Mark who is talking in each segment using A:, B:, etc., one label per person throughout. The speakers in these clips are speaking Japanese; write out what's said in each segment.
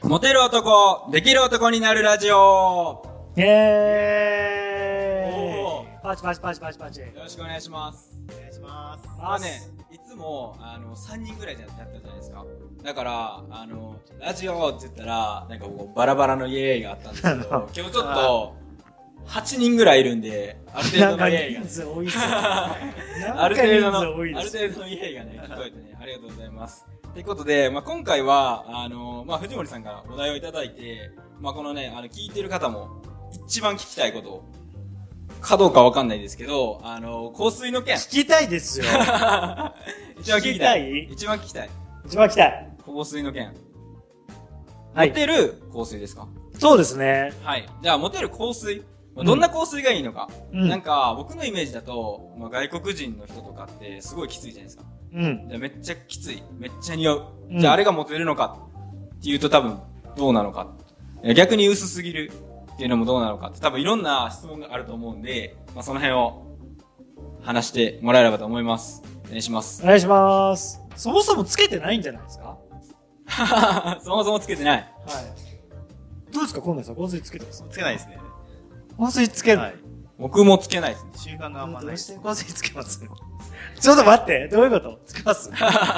A: モテる男、できる男になるラジオ。
B: イエーイ。パチパチパチパチパチ。よ
A: ろしくお願いします。
B: お願いします。
A: いつも、3人ぐらいでやったじゃないですか。だから、ラジオって言ったら、なんかこう、バラバラのイエーイがあったんですけど、今日ちょっと、8人ぐらいいるんで、ある程度のイエーイが、ね。
B: 人数多いっすよ。
A: ある程度のイエーイがね、聞こえてね、ありがとうございます。ということで、今回は、藤森さんからお題をいただいて、このね、聞いてる方も、一番聞きたいことかどうかわかんないですけど、香水の件。
B: 聞きたいですよ。
A: 一番聞きたい。一番聞きたい。香水の件。はい。モテる香水ですか？
B: そうですね。
A: はい。じゃあ、モテる香水。どんな香水がいいのか。なんか、僕のイメージだと、外国人の人とかってすごいきついじゃないですか。めっちゃきつい。めっちゃ似合う。じゃあ、あれがモテるのかっていうと多分、どうなのか。逆に薄すぎるっていうのもどうなのかって多分いろんな質問があると思うんで、その辺を話してもらえればと思います。お願いします。
B: お願いします。そもそもつけてないんじゃないですか？
A: そもそもつけてない。はい。
B: どうですか、今度さん、香水つけてます？
C: つけないですね。
B: 香水つける、はい、
A: 僕もつけないですね。
C: 習慣があんまないです。
B: 香水つけます？ちょっと待って。どういうこと？つけます？ちょっと待って。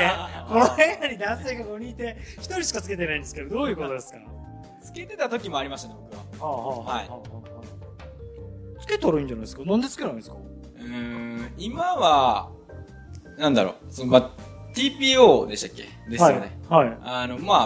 B: この部屋に男性が5人いて、1人しかつけてないんですけど、どういうことですか？
A: つけてた時もありましたね、僕は。はい。
B: つけたらいいんじゃないですか？なんでつけないんですか？
A: 今は、なんだろう、TPO でしたっけですよね。はい。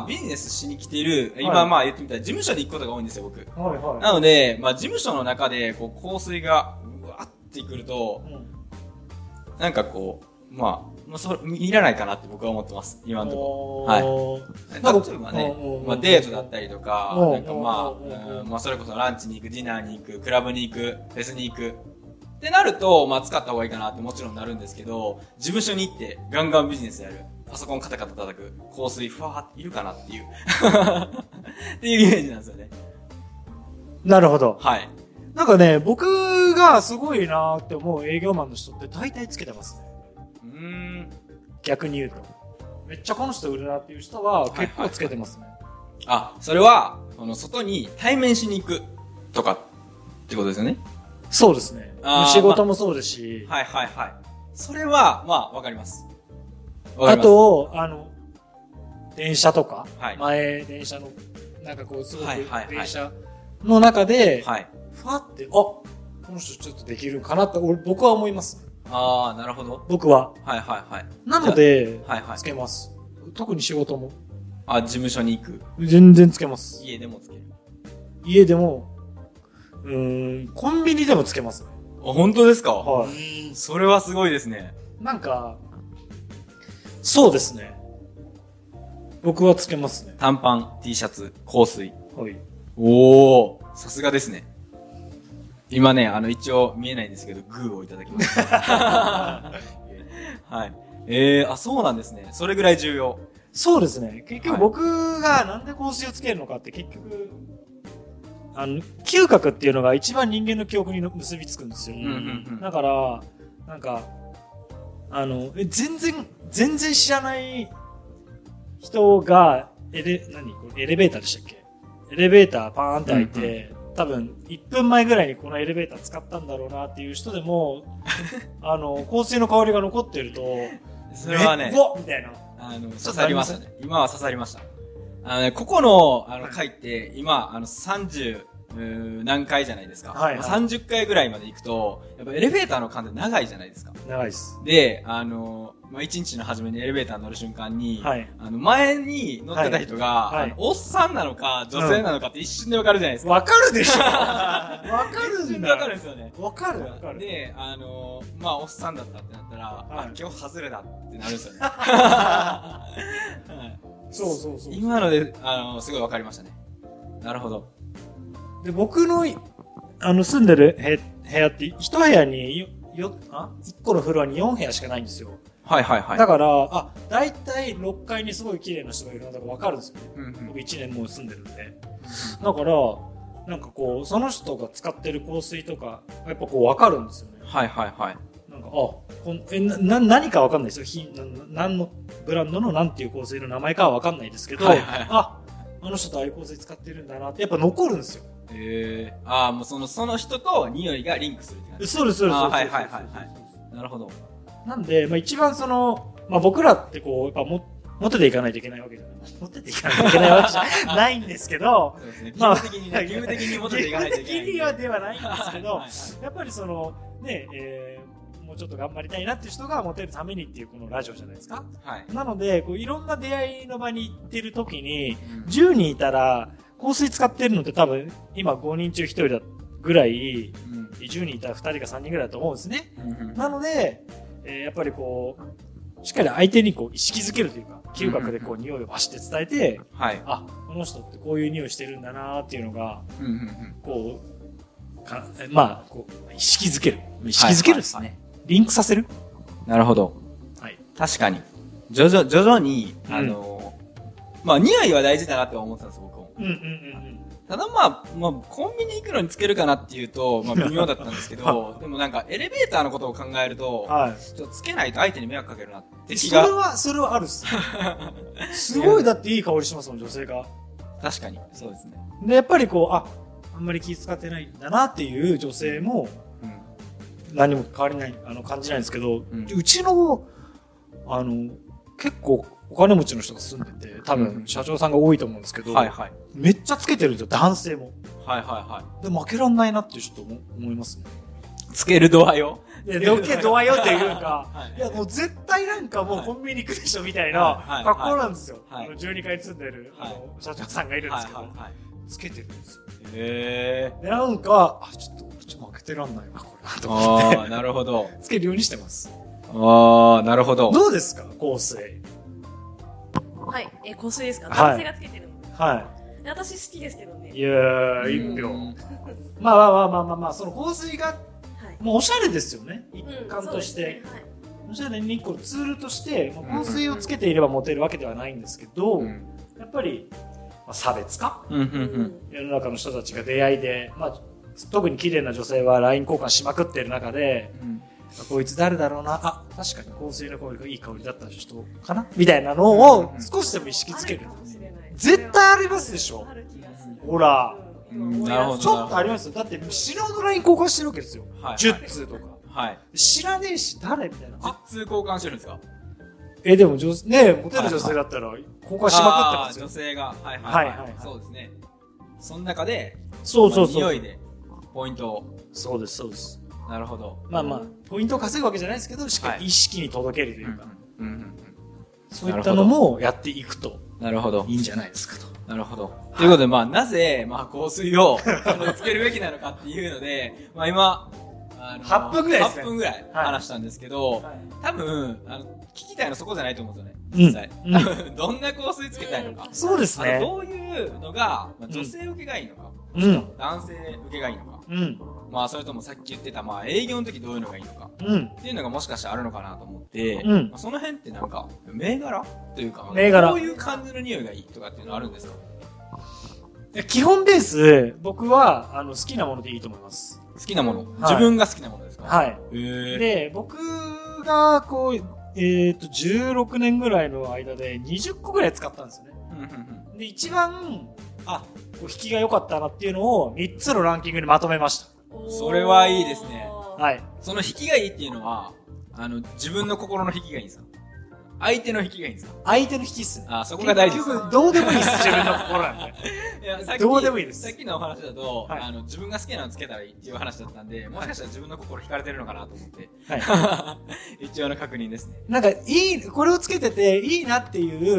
A: ビジネスしに来てる、今言ってみたら事務所で行くことが多いんですよ、僕。はいはい。なので、事務所の中で、香水が、うわってくると、なんかいらないかなって僕は思ってます、今のところ。はい。例えばね、デートだったりとか、それこそランチに行く、ディナーに行く、クラブに行く、フェスに行く。ってなると、使った方がいいかなってもちろんなるんですけど、事務所に行ってガンガンビジネスやる。パソコンカタカタ叩く。香水ふわーっているかなっていう。っていうイメージなんですよね。
B: なるほど。
A: はい。
B: なんかね、僕がすごいなーって思う営業マンの人って大体つけてますね。逆に言うと。めっちゃこの人売るなっていう人は結構つけてますね。
A: それは、外に対面しに行くとかってことですよね。
B: そうですね。仕事もそうですし。
A: はいはいはい。それは、わかります。
B: あと、電車とか、電車の、すごく電車の中で、ふわって、この人ちょっとできるかなって、僕は思います。
A: なるほど。
B: 僕は。
A: はいはいはい。
B: なので、つけます。特に仕事も。
A: 事務所に行く。
B: 全然つけます。
A: 家でもつける。
B: 家でも、コンビニでもつけますね。
A: 本当ですか？
B: はい。
A: それはすごいですね。
B: そうですね。僕はつけますね。
A: 短パン、T シャツ、香水。
B: はい。
A: さすがですね。今ね、一応見えないんですけど、グーをいただきました。はい。そうなんですね。それぐらい重要。
B: そうですね。結局僕がなんで香水をつけるのかって結局、嗅覚っていうのが一番人間の記憶に結びつくんですよ。だから、全然知らない人が、エレベーターでしたっけ？エレベーターパーンって開いて、多分、1分前ぐらいにこのエレベーター使ったんだろうなっていう人でも、香水の香りが残ってると、
A: それはね、
B: みたいな。
A: 刺さりましたね。今は刺さりました。ここの、回って、今、30何回じゃないですか。はい、はい。30回ぐらいまで行くと、やっぱエレベーターの間って長いじゃないですか。
B: 長いです。
A: で、一日の初めにエレベーター乗る瞬間に、前に乗ってた人が、おっさんなのか、女性なのかって一瞬でわかるじゃないですか。
B: わかるでしょ。わかる
A: 一瞬でわかるんですよね。
B: わかる。
A: で、おっさんだったってなったら、今日外れだってなるんですよね。
B: そう。
A: 今ので、すごいわかりましたね。なるほど。
B: で、僕の、住んでる部屋って、一部屋に、1個のフロアに4部屋しかないんですよ。
A: はいはいはい。
B: だから、だいたい6階にすごい綺麗な人がいるのだからわかるんですよね。僕1年もう住んでるんで。だから、その人が使ってる香水とか、やっぱわかるんですよね。
A: はいはいはい。
B: 何かわかんないですよ。何のブランドの何ていう香水の名前かはわかんないですけど、あの人とああいう香水使ってるんだなってやっぱ残るんですよ。
A: もうその人と匂いがリンクするって感じ。
B: そうです、そうです。
A: はい。なるほど。
B: なんで、一番僕らってこう、やっぱモテていかないといけないわけじゃない。モテていかないといけないわけじゃないんですけど、
A: そうですね。義務的にモテていかないといけない。
B: 義務的にはではないんですけど、やっぱりもうちょっと頑張りたいなっていう人がモテるためにっていうこのラジオじゃないですか。
A: はい。
B: なので、いろんな出会いの場に行ってる時に、10人いたら、香水使ってるのって多分、今5人中1人だぐらい、10人いたら2人か3人ぐらいだと思うんですね。なので、やっぱりしっかり相手に意識づけるというか、嗅覚で匂いをバシって伝えて、あ、この人ってこういう匂いしてるんだなーっていうのが、意識づける。意識づけるですね。リンクさせる。
A: なるほど。はい。確かに。徐々に、匂いは大事だなって思ってたんです、僕も。ただコンビニ行くのにつけるかなっていうと、微妙だったんですけど、でもなんかエレベーターのことを考えると、ちょっとつけないと相手に迷惑かけるなって気が。
B: それはあるっす。すごいだっていい香りしますもん、女性が。
A: 確かに、そうですね。
B: で、やっぱりあんまり気使ってないんだなっていう女性も、何も変わりない、感じないんですけど、うちの、結構お金持ちの人が住んでて、多分社長さんが多いと思うんですけど、めっちゃつけてるんですよ、男性も。で、負けらんないなってちょっと思いますね。
A: つける度合いを
B: 度合いをっていうか、いやもう絶対なんかもうコンビニ行くでしょみたいな格好なんですよ。12階に住んでる社長さんがいるんですけど、つけてるんですよ。で、なんか、ちょっと負けてらんないわ、これ。と思って。
A: なるほど。
B: つけるようにしてます。
A: なるほど。
B: どうですか、香水。
C: はい。香水ですか？男性がつけてるの。
B: はい。
C: 私好きですけどね。
B: いやー、一票。まあ、その香水が、もうおしゃれですよね。一環として。おしゃれに一個ツールとして、香水をつけていればモテるわけではないんですけど、やっぱり、差別化世の中の人たちが出会いで、特に綺麗な女性は LINE 交換しまくってる中で、こいつ誰だろうな、確かに香水の香りがいい香りだった人かなみたいなのを少しでも意識つける。絶対ありますでしょ。ほら。
A: なるほど。
B: ちょっとありますよ。だって死ぬほど LINE 交換してるわけですよ。10通とか。知らねえし、誰みたいな。
A: 10通交換してるんですか？
B: でもモテる女性だったら交換しまくってますよ。
A: 女性が。そうですね。その中で、匂いでポイントを。
B: そうです、そうです。
A: なるほど。
B: ポイントを稼ぐわけじゃないですけど、しっかり意識に届けるというか。そういったのもやっていくと。
A: なるほど。
B: いいんじゃないですかと。
A: なるほど。ということで、なぜ、香水をつけるべきなのかっていうので、今、
B: 8分ぐらいですね。
A: 8分ぐらい話したんですけど、多分、聞きたいのそこじゃないと思うんですよね。実際。どんな香水つけたいのか。
B: そうですね。
A: どういうのが、女性受けがいいのか。男性受けがいいのか。それともさっき言ってた、営業の時どういうのがいいのか。っていうのがもしかしたらあるのかなと思って、その辺ってなんか、銘柄というか、どういう感じの匂いがいいとかっていうのあるんですか？
B: 基本ベース、僕は、好きなものでいいと思います。
A: 好きなもの、自分が好きなものですか？
B: はい。で、僕が、16年ぐらいの間で20個ぐらい使ったんですよね。で、一番、引きが良かったなっていうのを3つのランキングにまとめました。
A: それはいいですね。
B: はい。
A: その引きがいいっていうのは、自分の心の引きがいいんですか？相手の引きがいいんですか？
B: 相手の引きっすね。
A: そこが大事です。
B: 結局、どうでもいいっす、自分の心なんで。どうでもいいです。
A: さっきのお話だと、自分が好きなのつけたらいいっていう話だったんで、もしかしたら自分の心惹かれてるのかなと思って。一応の確認ですね。
B: なんか、これをつけてていいなっていう、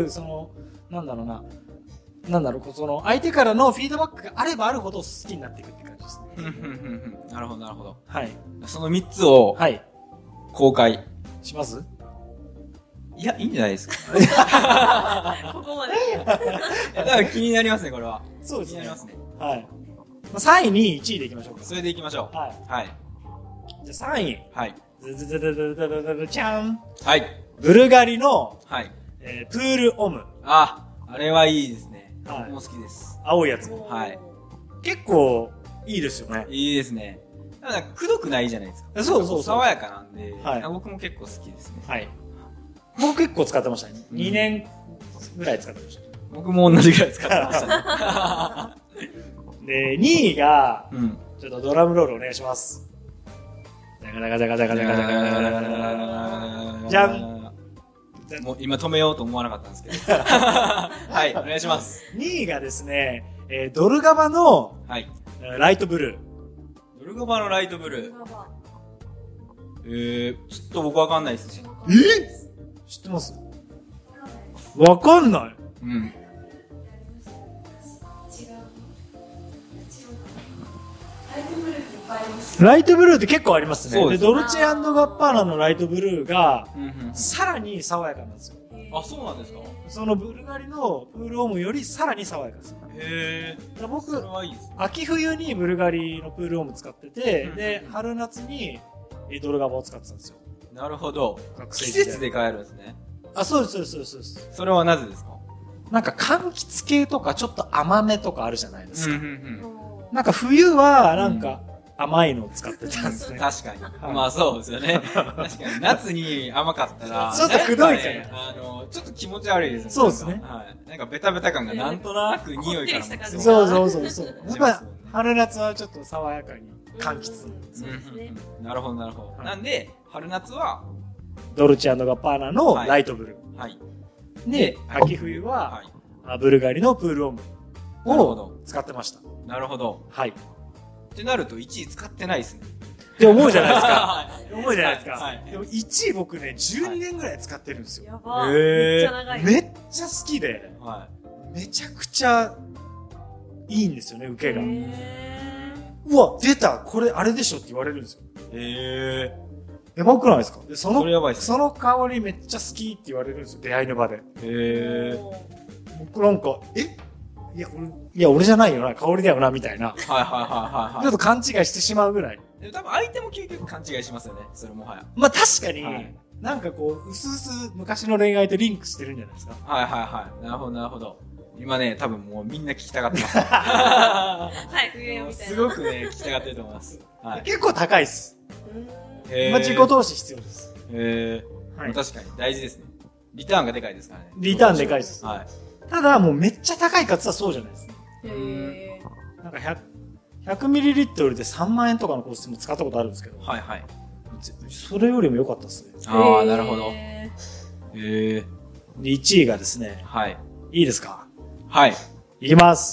B: 相手からのフィードバックがあればあるほど好きになっていくって感じですね。
A: なるほど、なるほど。
B: はい。
A: その3つを、公開。
B: します？
A: いや、いいんじゃないですか。
C: ここまで。
A: だから気になりますね、これは。
B: そうですね。
A: 気になりますね。
B: はい。3位、2位、1位でいきましょうか。
A: それでいきましょう。はい。
B: じゃあ3位。
A: はい。
B: じゃん。
A: はい。
B: ブルガリの、プールオム。
A: あれはいいですね。僕も好きです。
B: 青いやつ。
A: はい。
B: 結構、いいですよね。
A: いいですね。 なんか、くどくないじゃないですか。
B: そうそうそう。
A: 爽やかなんで、
B: はい、
A: 僕も結構好きですね。
B: はい。僕結構使ってましたね。2年ぐらい使ってました。
A: 僕も同じぐらい使ってましたね。
B: で、2位が、ちょっとドラムロールお願いします。じゃがじゃがじゃがじゃがじゃがじゃがじゃがじゃがじゃがじゃん。
A: もう今止めようと思わなかったんですけど。はい、お願いします。
B: 2位がですね、ドルガバの、
A: はい。
B: ライトブルー。
A: ドルガバのライトブルー。ちょっと僕わかんないですね。
B: 知ってます？わかんない。
A: うん。
B: ライトブルーって結構ありますね。で、ドルチェ&ガッパーナのライトブルーが、さらに爽やかなんですよ。
A: あ、そうなんですか？
B: そのブルガリのプールオムよりさらに爽やかです。
A: へ
B: ー。僕、
A: それはいいですね。
B: 秋冬にブルガリのプールオム使ってて、で、春夏にドルガバを使ってたんですよ。
A: なるほど。季節で変えるんですね。
B: あ、そうです、そうです、そうです。
A: それはなぜですか？
B: なんか柑橘系とかちょっと甘めとかあるじゃないですか。なんか冬はなんか甘いのを使ってたんですね。
A: 確かに。まあそうですよね。確かに。夏に甘かったら、
B: ちょっとくどいから。
A: ちょっと気持ち悪いですね。
B: そうですね。
A: はい。なんかベタベタ感がなんとなく匂いからも。
B: そうそうそう。やっぱ春夏はちょっと爽やかに柑橘。そう
A: ですね。なるほどなるほど。なんで、春夏は、
B: ドルチェ&ガッパーナのライトブルー。
A: はい。
B: で、秋冬は、ブルガリのプールオムを使ってました。
A: なるほど。
B: はい。
A: ってなると1位使ってないですね。
B: って思うじゃないですか。思うじゃないですか。でも1位僕ね、12年ぐらい使ってるんですよ。
C: やばい。めっちゃ長い。
B: めっちゃ好きで、めちゃくちゃいいんですよね、受けが。うわ、出たこれあれでしょって言われるんですよ。やばくないですか？で、その香りめっちゃ好きって言われるんですよ、出会いの場で。僕なんか、いや、俺じゃないよな、香りだよな、みたいな。ちょっと勘違いしてしまうぐらい。
A: 多分相手も究極勘違いしますよね、それもはや。
B: まあ確かに、なんかこう、うすうす昔の恋愛とリンクしてるんじゃないですか。
A: なるほど、なるほど。今ね、多分もうみんな聞きたがってます。
C: はい、冬よみたいな。
A: すごくね、聞きたがってると思います。
B: 結構高いっす。まあ自己投資必要です。
A: 確かに大事ですね。リターンがでかいですからね。
B: リターンでかいです。ただもうめっちゃ高いかつはそうじゃないですね。なんか100ml で3万円とかのコースも使ったことあるんですけど。それよりも良かったですね。
A: ああ、なるほど。
B: で、1位がですね。いいですか？いきます。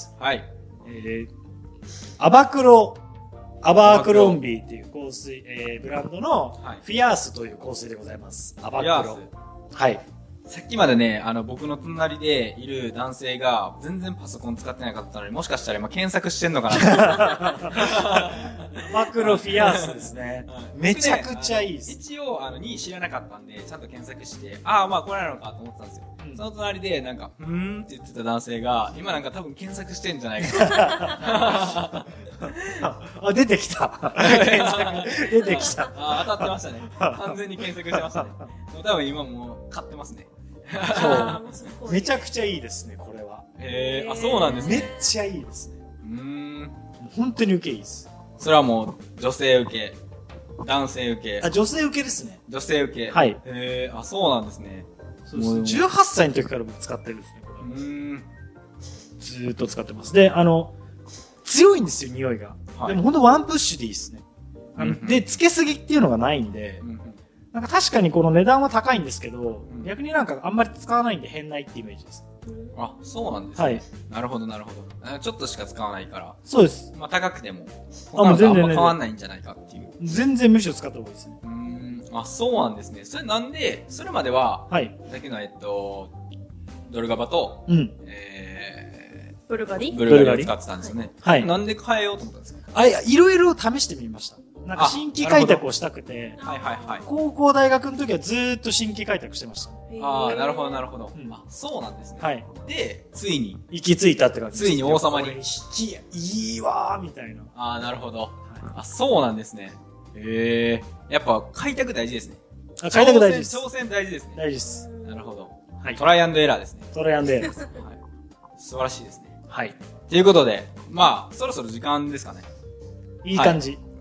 B: アバークロンビーっていう香水、ブランドのフィアースという香水でございます。アバークロ。さ
A: っきまでね、僕の隣でいる男性が全然パソコン使ってなかったのに、もしかしたら今検索してんのかな
B: マクロフィアースですね。めちゃくちゃいいです。
A: 一応、2位知らなかったんで、ちゃんと検索して、まあこれなのかと思ってたんですよ。その隣で、なんか、って言ってた男性が、今なんか多分検索してんじゃないかな。
B: あ、出てきた。出てきた。
A: 当たってましたね。完全に検索してましたね。多分今もう買ってますね。
B: そう。めちゃくちゃいいですね、これは。
A: そうなんですね。
B: めっちゃいいですね。本当に受けいいです。
A: それはもう、女性受け、男性受け。
B: 女性受けですね。
A: 女性受け。そうなんですね。
B: そうです。18歳の時から僕使ってるんですね、これ。ずーっと使ってます。で、強いんですよ、匂いが。でもほんとワンプッシュでいいですね。で、つけすぎっていうのがないんで、なんか確かにこの値段は高いんですけど、逆になんかあんまり使わないんで変ないってイメージです。
A: あ、そうなんですね。なるほど、なるほど。ちょっとしか使わないから。
B: そうです。
A: まあ高くても、他のとあんま変わんないんじゃないかっていう。
B: 全然むしろ使った方がいいですね。
A: そうなんですね。それなんで、それまでは、さっきのドルガバと、
C: ブルガリ
A: を使ってたんですよね。なんで変えようと思ったんですか？
B: いろいろ試してみました。なんか新規開拓をしたくて、高校大学の時はずーっと新規開拓してました。
A: なるほど、なるほど。そうなんですね。で、ついに。
B: 行き着いたって感じです。
A: ついに王様に。
B: いいわー、みたいな。
A: なるほど。そうなんですね。やっぱ開拓大事ですね。
B: 開拓大事です。
A: 挑戦大事ですね。
B: 大事です。
A: なるほど。トライアンドエラーですね。
B: トライアンドエラーです。
A: 素晴らしいですね。
B: はい。
A: ということで、まあ、そろそろ時間ですかね。
B: いい感じ。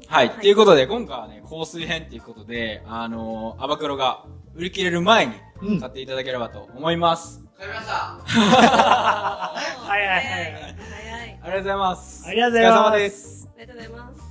A: はい。ということで、今回はね、香水編っていうことで、アバクロが売り切れる前に買っていただければと思います。
D: 買いました
B: 早い。
C: 早い。
A: ありがとうございます。
B: ありがとうございます。
A: お疲れ様です。
C: ありがとうございます。